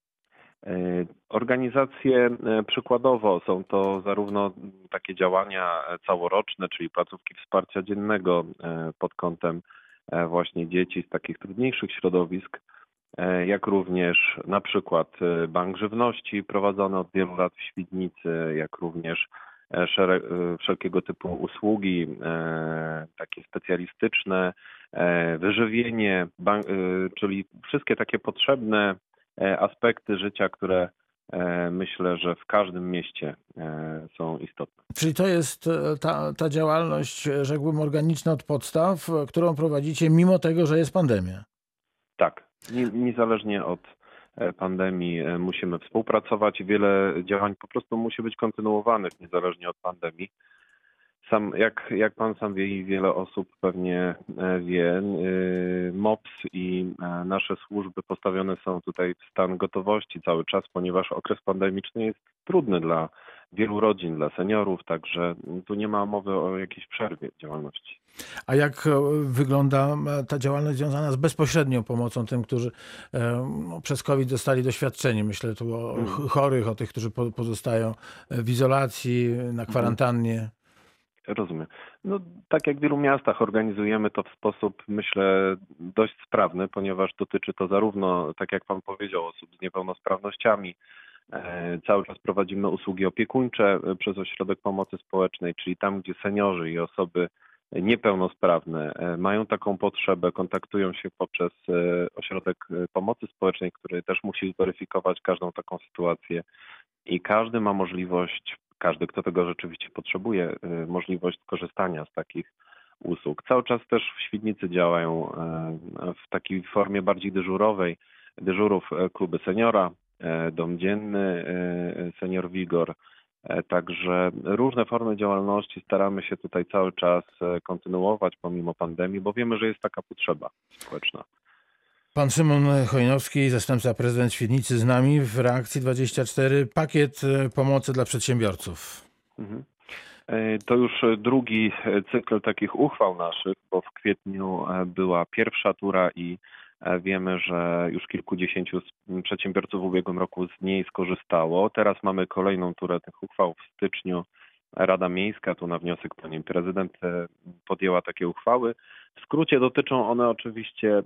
Organizacje przykładowo są to zarówno takie działania całoroczne, czyli placówki wsparcia dziennego pod kątem właśnie dzieci z takich trudniejszych środowisk, jak również na przykład Bank Żywności prowadzony od wielu lat w Świdnicy, jak również wszelkiego typu usługi takie specjalistyczne, wyżywienie, czyli wszystkie takie potrzebne aspekty życia, które myślę, że w każdym mieście są istotne. Czyli to jest ta działalność, rzekłbym, organiczna od podstaw, którą prowadzicie mimo tego, że jest pandemia. Tak, niezależnie od pandemii musimy współpracować. Wiele działań po prostu musi być kontynuowanych niezależnie od pandemii. Jak pan sam wie i wiele osób pewnie wie, MOPS i nasze służby postawione są tutaj w stan gotowości cały czas, ponieważ okres pandemiczny jest trudny dla wielu rodzin, dla seniorów, także tu nie ma mowy o jakiejś przerwie działalności. A jak wygląda ta działalność związana z bezpośrednią pomocą tym, którzy przez COVID zostali doświadczeni? Myślę tu o chorych, o tych, którzy pozostają w izolacji, na kwarantannie. Rozumiem. No, tak jak w wielu miastach organizujemy to w sposób, myślę, dość sprawny, ponieważ dotyczy to zarówno, tak jak pan powiedział, osób z niepełnosprawnościami. Cały czas prowadzimy usługi opiekuńcze przez Ośrodek Pomocy Społecznej, czyli tam, gdzie seniorzy i osoby niepełnosprawne mają taką potrzebę, kontaktują się poprzez Ośrodek Pomocy Społecznej, który też musi zweryfikować każdą taką sytuację i każdy ma możliwość, każdy, kto tego rzeczywiście potrzebuje, możliwość skorzystania z takich usług. Cały czas też w Świdnicy działają w takiej formie bardziej dyżurowej, dyżurów kluby seniora, dom dzienny Senior Wigor. Także różne formy działalności staramy się tutaj cały czas kontynuować pomimo pandemii, bo wiemy, że jest taka potrzeba społeczna. Pan Szymon Chojnowski, zastępca prezydent Świdnicy, z nami w Reakcji 24. Pakiet pomocy dla przedsiębiorców. To już drugi cykl takich uchwał naszych, bo w kwietniu była pierwsza tura i wiemy, że już kilkudziesięciu przedsiębiorców w ubiegłym roku z niej skorzystało. Teraz mamy kolejną turę tych uchwał w styczniu. Rada Miejska, tu na wniosek pani prezydent, podjęła takie uchwały. W skrócie dotyczą one oczywiście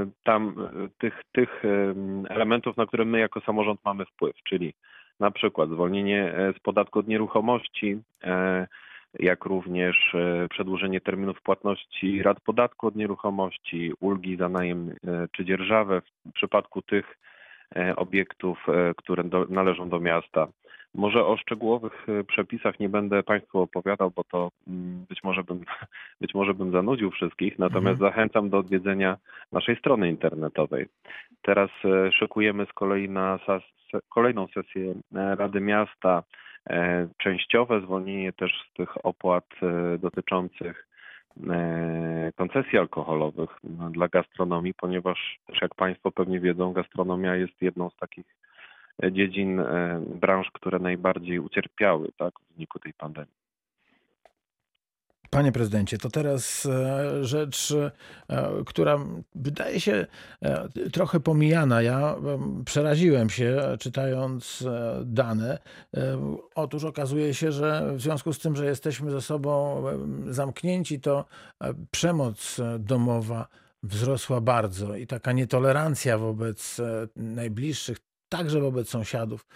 tych elementów, na które my jako samorząd mamy wpływ, czyli na przykład zwolnienie z podatku od nieruchomości, jak również przedłużenie terminów płatności rat podatku od nieruchomości, ulgi za najem czy dzierżawę w przypadku tych obiektów, które należą do miasta. Może o szczegółowych przepisach nie będę Państwu opowiadał, bo to być może bym zanudził wszystkich, natomiast zachęcam do odwiedzenia naszej strony internetowej. Teraz szykujemy z kolei na kolejną sesję Rady Miasta częściowe zwolnienie też z tych opłat dotyczących koncesji alkoholowych dla gastronomii, ponieważ też jak Państwo pewnie wiedzą, gastronomia jest jedną z takich dziedzin, branż, które najbardziej ucierpiały, tak, w wyniku tej pandemii. Panie prezydencie, to teraz rzecz, która wydaje się trochę pomijana. Ja przeraziłem się, czytając dane. Otóż okazuje się, że w związku z tym, że jesteśmy ze sobą zamknięci, to przemoc domowa wzrosła bardzo i taka nietolerancja wobec najbliższych, także wobec sąsiadów.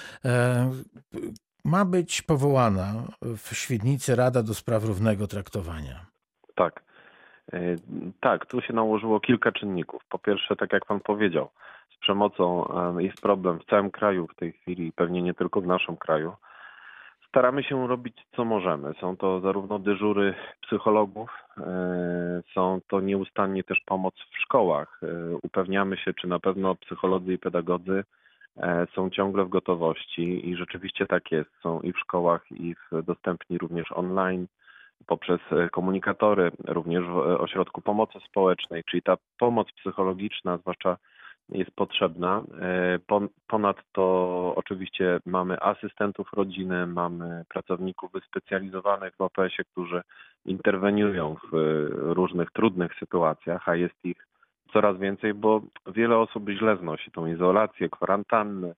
Ma być powołana w Świdnicy Rada do Spraw Równego Traktowania. Tak. Tak, tu się nałożyło kilka czynników. Po pierwsze, tak jak Pan powiedział, z przemocą jest problem w całym kraju w tej chwili, pewnie nie tylko w naszym kraju. Staramy się robić co możemy. Są to zarówno dyżury psychologów, są to nieustannie też pomoc w szkołach. Upewniamy się, czy na pewno psycholodzy i pedagodzy są ciągle w gotowości i rzeczywiście tak jest. Są i w szkołach, i dostępni również online, poprzez komunikatory, również w ośrodku pomocy społecznej, czyli ta pomoc psychologiczna zwłaszcza jest potrzebna. Ponadto oczywiście mamy asystentów rodziny, mamy pracowników wyspecjalizowanych w OPS-ie, którzy interweniują w różnych trudnych sytuacjach, a jest ich coraz więcej, bo wiele osób źle znosi tą izolację, kwarantannę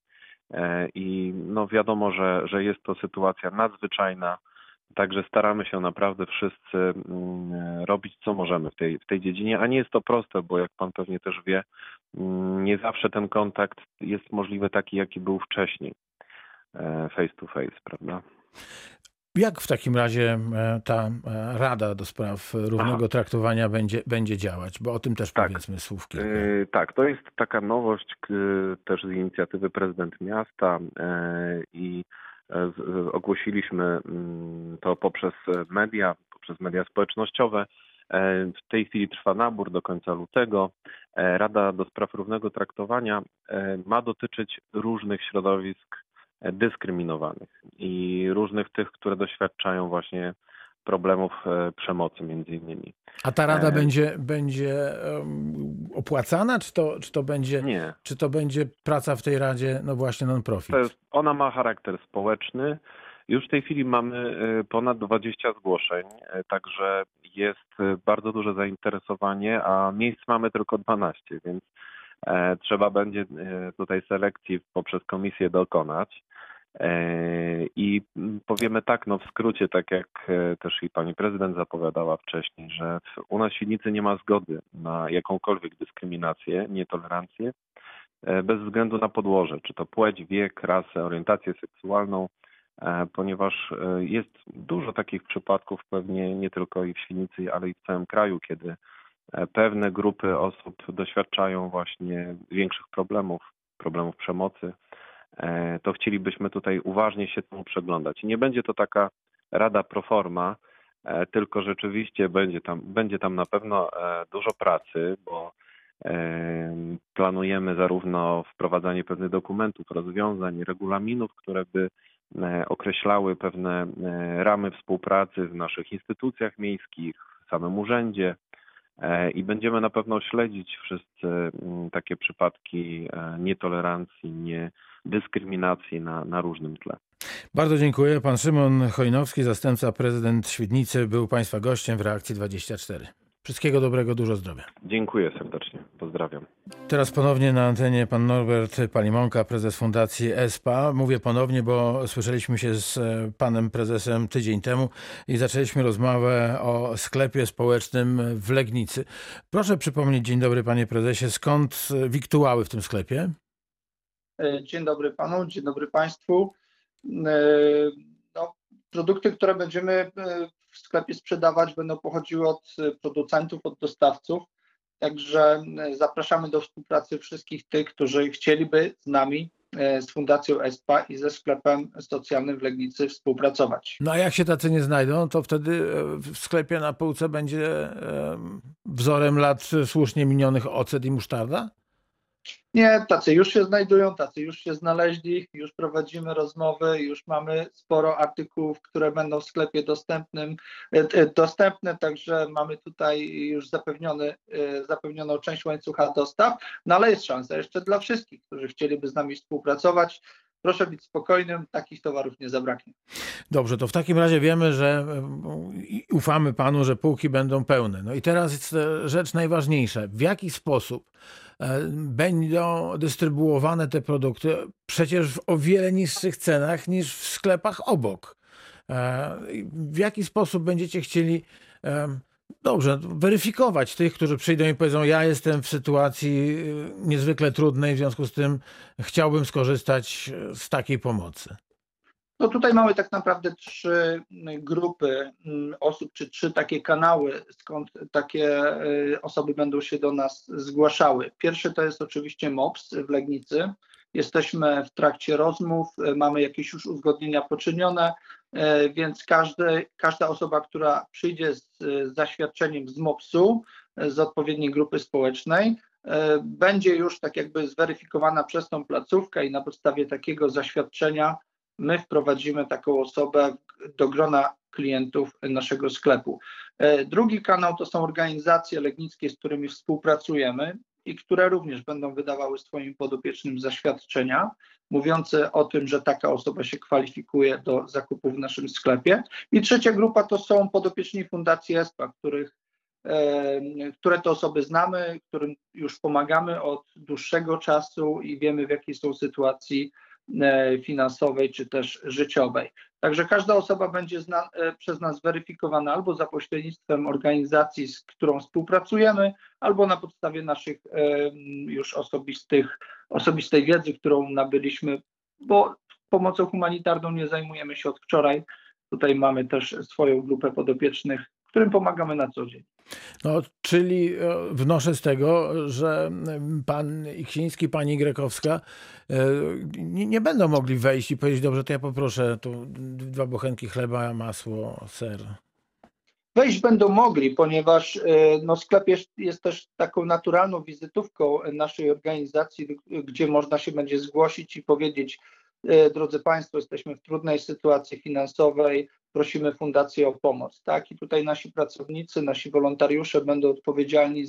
i no wiadomo, że jest to sytuacja nadzwyczajna, także staramy się naprawdę wszyscy robić co możemy w tej dziedzinie, a nie jest to proste, bo jak Pan pewnie też wie, nie zawsze ten kontakt jest możliwy taki, jaki był wcześniej, face to face, prawda? Jak w takim razie ta Rada do Spraw Równego Traktowania będzie działać? Bo o tym też powiedzmy słów kilka. Tak, to jest taka nowość też z inicjatywy prezydent miasta i ogłosiliśmy to poprzez media społecznościowe. W tej chwili trwa nabór do końca lutego. Rada do Spraw Równego Traktowania ma dotyczyć różnych środowisk dyskryminowanych i różnych tych, które doświadczają właśnie problemów przemocy między innymi. A ta rada będzie opłacana, czy to będzie Nie. Czy to będzie praca w tej radzie, no właśnie non-profit? Ona ma charakter społeczny. Już w tej chwili mamy ponad 20 zgłoszeń, także jest bardzo duże zainteresowanie, a miejsc mamy tylko 12, więc trzeba będzie tutaj selekcji poprzez komisję dokonać. I powiemy tak, no w skrócie, tak jak też i pani prezydent zapowiadała wcześniej, że u nas w Świdnicy nie ma zgody na jakąkolwiek dyskryminację, nietolerancję, bez względu na podłoże, czy to płeć, wiek, rasę, orientację seksualną, ponieważ jest dużo takich przypadków, pewnie nie tylko i w Świdnicy, ale i w całym kraju, kiedy pewne grupy osób doświadczają właśnie większych problemów przemocy, to chcielibyśmy tutaj uważnie się temu przyglądać. I nie będzie to taka rada pro forma, tylko rzeczywiście będzie tam na pewno dużo pracy, bo planujemy zarówno wprowadzanie pewnych dokumentów, rozwiązań, regulaminów, które by określały pewne ramy współpracy w naszych instytucjach miejskich, w samym urzędzie i będziemy na pewno śledzić wszyscy takie przypadki nietolerancji, dyskryminacji na różnym tle. Bardzo dziękuję. Pan Szymon Chojnowski, zastępca prezydent Świdnicy, był Państwa gościem w Reakcji 24. Wszystkiego dobrego, dużo zdrowia. Dziękuję serdecznie. Pozdrawiam. Teraz ponownie na antenie pan Norbert Palimonka, prezes Fundacji ESPA. Mówię ponownie, bo słyszeliśmy się z panem prezesem tydzień temu i zaczęliśmy rozmowę o sklepie społecznym w Legnicy. Proszę przypomnieć, dzień dobry panie prezesie, skąd wiktuały w tym sklepie? Dzień dobry panu, dzień dobry państwu. No, produkty, które będziemy w sklepie sprzedawać, będą pochodziły od producentów, od dostawców. Także zapraszamy do współpracy wszystkich tych, którzy chcieliby z nami, z Fundacją ESPA i ze sklepem socjalnym w Legnicy współpracować. No a jak się tacy nie znajdą, to wtedy w sklepie na półce będzie wzorem lat słusznie minionych ocet i musztarda? Nie, tacy już się znajdują, tacy już się znaleźli, już prowadzimy rozmowy, już mamy sporo artykułów, które będą w sklepie dostępne, także mamy tutaj już zapewnioną część łańcucha dostaw, no ale jest szansa jeszcze dla wszystkich, którzy chcieliby z nami współpracować. Proszę być spokojnym, takich towarów nie zabraknie. Dobrze, to w takim razie wiemy, że ufamy panu, że półki będą pełne. No i teraz jest rzecz najważniejsza. W jaki sposób będą dystrybuowane te produkty przecież w o wiele niższych cenach niż w sklepach obok? W jaki sposób będziecie chcieli weryfikować tych, którzy przyjdą i powiedzą: ja jestem w sytuacji niezwykle trudnej, w związku z tym chciałbym skorzystać z takiej pomocy? No tutaj mamy tak naprawdę 3 grupy osób, czy 3 takie kanały, skąd takie osoby będą się do nas zgłaszały. Pierwszy to jest oczywiście MOPS w Legnicy. Jesteśmy w trakcie rozmów, mamy jakieś już uzgodnienia poczynione, więc każda osoba, która przyjdzie z zaświadczeniem z MOPS-u, z odpowiedniej grupy społecznej, będzie już tak jakby zweryfikowana przez tą placówkę i na podstawie takiego zaświadczenia my wprowadzimy taką osobę do grona klientów naszego sklepu. Drugi kanał to są organizacje legnickie, z którymi współpracujemy i które również będą wydawały swoim podopiecznym zaświadczenia mówiące o tym, że taka osoba się kwalifikuje do zakupu w naszym sklepie. I trzecia grupa to są podopieczni Fundacji ESPA, które to osoby znamy, którym już pomagamy od dłuższego czasu i wiemy, w jakiej są sytuacji finansowej czy też życiowej. Także każda osoba będzie przez nas weryfikowana albo za pośrednictwem organizacji, z którą współpracujemy, albo na podstawie naszych już osobistej wiedzy, którą nabyliśmy, bo pomocą humanitarną nie zajmujemy się od wczoraj. Tutaj mamy też swoją grupę podopiecznych, którym pomagamy na co dzień. No, czyli wnoszę z tego, że pan Iksiński, pani Grekowska nie będą mogli wejść i powiedzieć: dobrze, to ja poproszę tu 2 bochenki chleba, masło, ser. Wejść będą mogli, ponieważ sklep jest też taką naturalną wizytówką naszej organizacji, gdzie można się będzie zgłosić i powiedzieć: drodzy Państwo, jesteśmy w trudnej sytuacji finansowej, prosimy Fundację o pomoc. Tak? I tutaj nasi pracownicy, nasi wolontariusze będą odpowiedzialni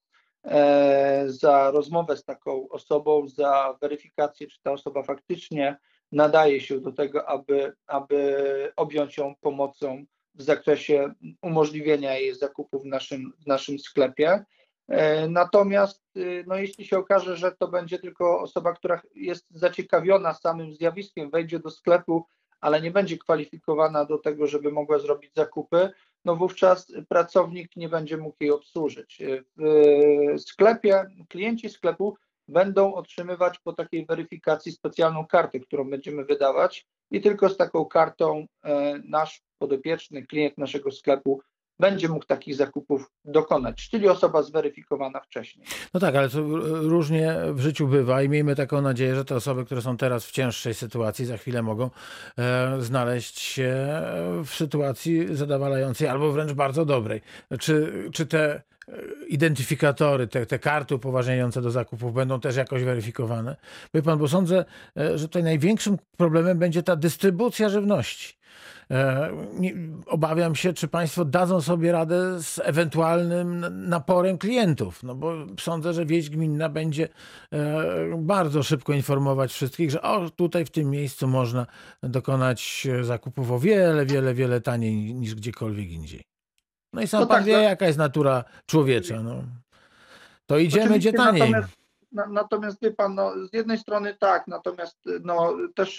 za rozmowę z taką osobą, za weryfikację, czy ta osoba faktycznie nadaje się do tego, aby objąć ją pomocą w zakresie umożliwienia jej zakupu w naszym sklepie. Natomiast jeśli się okaże, że to będzie tylko osoba, która jest zaciekawiona samym zjawiskiem, wejdzie do sklepu, ale nie będzie kwalifikowana do tego, żeby mogła zrobić zakupy, wówczas pracownik nie będzie mógł jej obsłużyć. W sklepie klienci sklepu będą otrzymywać po takiej weryfikacji specjalną kartę, którą będziemy wydawać i tylko z taką kartą nasz podopieczny, klient naszego sklepu będzie mógł takich zakupów dokonać, czyli osoba zweryfikowana wcześniej. No tak, ale to różnie w życiu bywa i miejmy taką nadzieję, że te osoby, które są teraz w cięższej sytuacji, za chwilę mogą znaleźć się w sytuacji zadowalającej albo wręcz bardzo dobrej. Czy te identyfikatory, te karty upoważniające do zakupów będą też jakoś weryfikowane? Wie pan, bo sądzę, że tutaj największym problemem będzie ta dystrybucja żywności. Obawiam się, czy państwo dadzą sobie radę z ewentualnym naporem klientów, bo sądzę, że wieść gminna będzie bardzo szybko informować wszystkich, że tutaj w tym miejscu można dokonać zakupów o wiele taniej niż gdziekolwiek indziej. No i sam pan wie, jaka jest natura człowiecza. To idziemy gdzie taniej. Natomiast wie pan, z jednej strony tak, natomiast też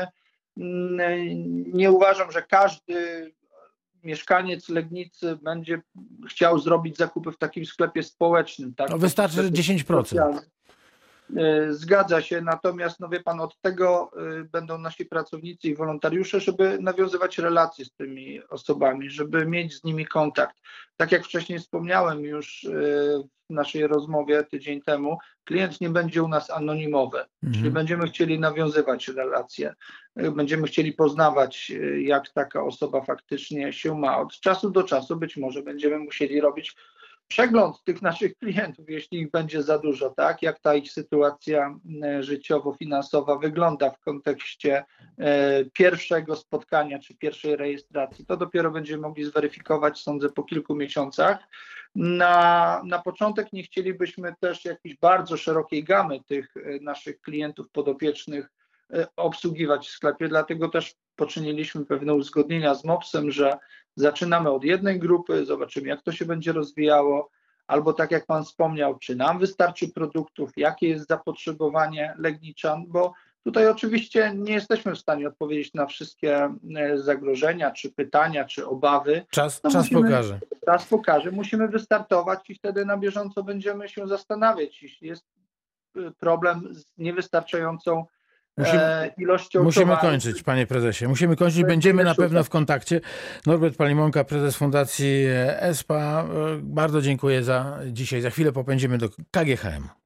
nie uważam, że każdy mieszkaniec Legnicy będzie chciał zrobić zakupy w takim sklepie społecznym. Tak? Wystarczy 10%. Zgadza się, natomiast no wie pan, od tego będą nasi pracownicy i wolontariusze, żeby nawiązywać relacje z tymi osobami, żeby mieć z nimi kontakt. Tak jak wcześniej wspomniałem już w naszej rozmowie tydzień temu, klient nie będzie u nas anonimowy, czyli będziemy chcieli nawiązywać relacje, będziemy chcieli poznawać, jak taka osoba faktycznie się ma. Od czasu do czasu być może będziemy musieli robić przegląd tych naszych klientów, jeśli ich będzie za dużo, tak? Jak ta ich sytuacja życiowo-finansowa wygląda w kontekście pierwszego spotkania czy pierwszej rejestracji. To dopiero będziemy mogli zweryfikować, sądzę, po kilku miesiącach. Na początek nie chcielibyśmy też jakiejś bardzo szerokiej gamy tych naszych klientów podopiecznych obsługiwać w sklepie, dlatego też poczyniliśmy pewne uzgodnienia z MOPS-em, że zaczynamy od jednej grupy, zobaczymy, jak to się będzie rozwijało, albo tak jak pan wspomniał, czy nam wystarczy produktów, jakie jest zapotrzebowanie Legniczan, bo tutaj oczywiście nie jesteśmy w stanie odpowiedzieć na wszystkie zagrożenia, czy pytania, czy obawy. Czas pokaże. Czas pokaże. Musimy wystartować i wtedy na bieżąco będziemy się zastanawiać, jeśli jest problem z niewystarczającą ilością Musimy towarów. kończyć, panie prezesie. Musimy kończyć. Będziemy na pewno w kontakcie. Norbert Palimonka, prezes Fundacji ESPA. Bardzo dziękuję za dzisiaj. Za chwilę popędzimy do KGHM.